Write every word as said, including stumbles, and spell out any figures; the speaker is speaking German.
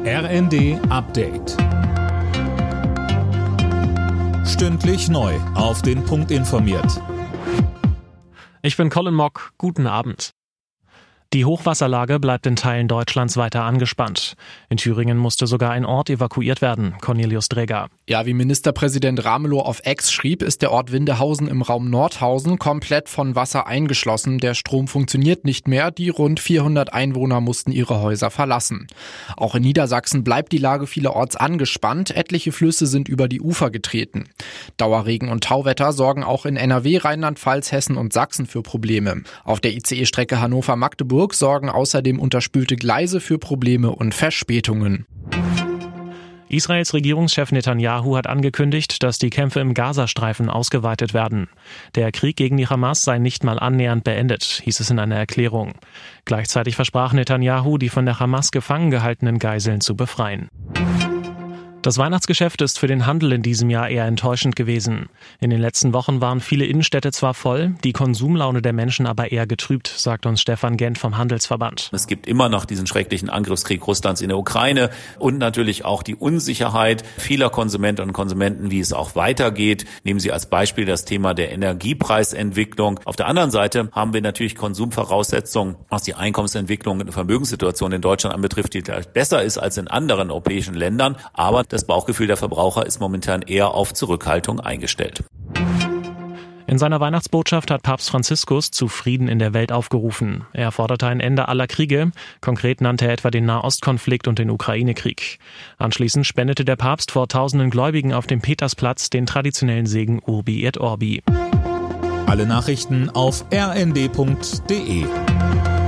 R N D Update. Stündlich neu auf den Punkt informiert. Ich bin Colin Mock. Guten Abend. Die Hochwasserlage bleibt in Teilen Deutschlands weiter angespannt. In Thüringen musste sogar ein Ort evakuiert werden. Cornelius Dräger. Ja, wie Ministerpräsident Ramelow auf X schrieb, ist der Ort Windehausen im Raum Nordhausen komplett von Wasser eingeschlossen. Der Strom funktioniert nicht mehr. Die rund vierhundert Einwohner mussten ihre Häuser verlassen. Auch in Niedersachsen bleibt die Lage vielerorts angespannt. Etliche Flüsse sind über die Ufer getreten. Dauerregen und Tauwetter sorgen auch in N R W, Rheinland-Pfalz, Hessen und Sachsen für Probleme. Auf der I C E-Strecke Hannover-Magdeburg sorgen außerdem unterspülte Gleise für Probleme und Verspätungen. Israels Regierungschef Netanyahu hat angekündigt, dass die Kämpfe im Gazastreifen ausgeweitet werden. Der Krieg gegen die Hamas sei nicht mal annähernd beendet, hieß es in einer Erklärung. Gleichzeitig versprach Netanyahu, die von der Hamas gefangen gehaltenen Geiseln zu befreien. Das Weihnachtsgeschäft ist für den Handel in diesem Jahr eher enttäuschend gewesen. In den letzten Wochen waren viele Innenstädte zwar voll, die Konsumlaune der Menschen aber eher getrübt, sagt uns Stefan Gent vom Handelsverband. Es gibt immer noch diesen schrecklichen Angriffskrieg Russlands in der Ukraine und natürlich auch die Unsicherheit vieler Konsumentinnen und Konsumenten, wie es auch weitergeht. Nehmen Sie als Beispiel das Thema der Energiepreisentwicklung. Auf der anderen Seite haben wir natürlich Konsumvoraussetzungen, was die Einkommensentwicklung und Vermögenssituation in Deutschland anbetrifft, die vielleicht besser ist als in anderen europäischen Ländern, aber das Bauchgefühl der Verbraucher ist momentan eher auf Zurückhaltung eingestellt. In seiner Weihnachtsbotschaft hat Papst Franziskus zu Frieden in der Welt aufgerufen. Er forderte ein Ende aller Kriege. Konkret nannte er etwa den Nahostkonflikt und den Ukraine-Krieg. Anschließend spendete der Papst vor tausenden Gläubigen auf dem Petersplatz den traditionellen Segen Urbi et Orbi. Alle Nachrichten auf r n d punkt d e.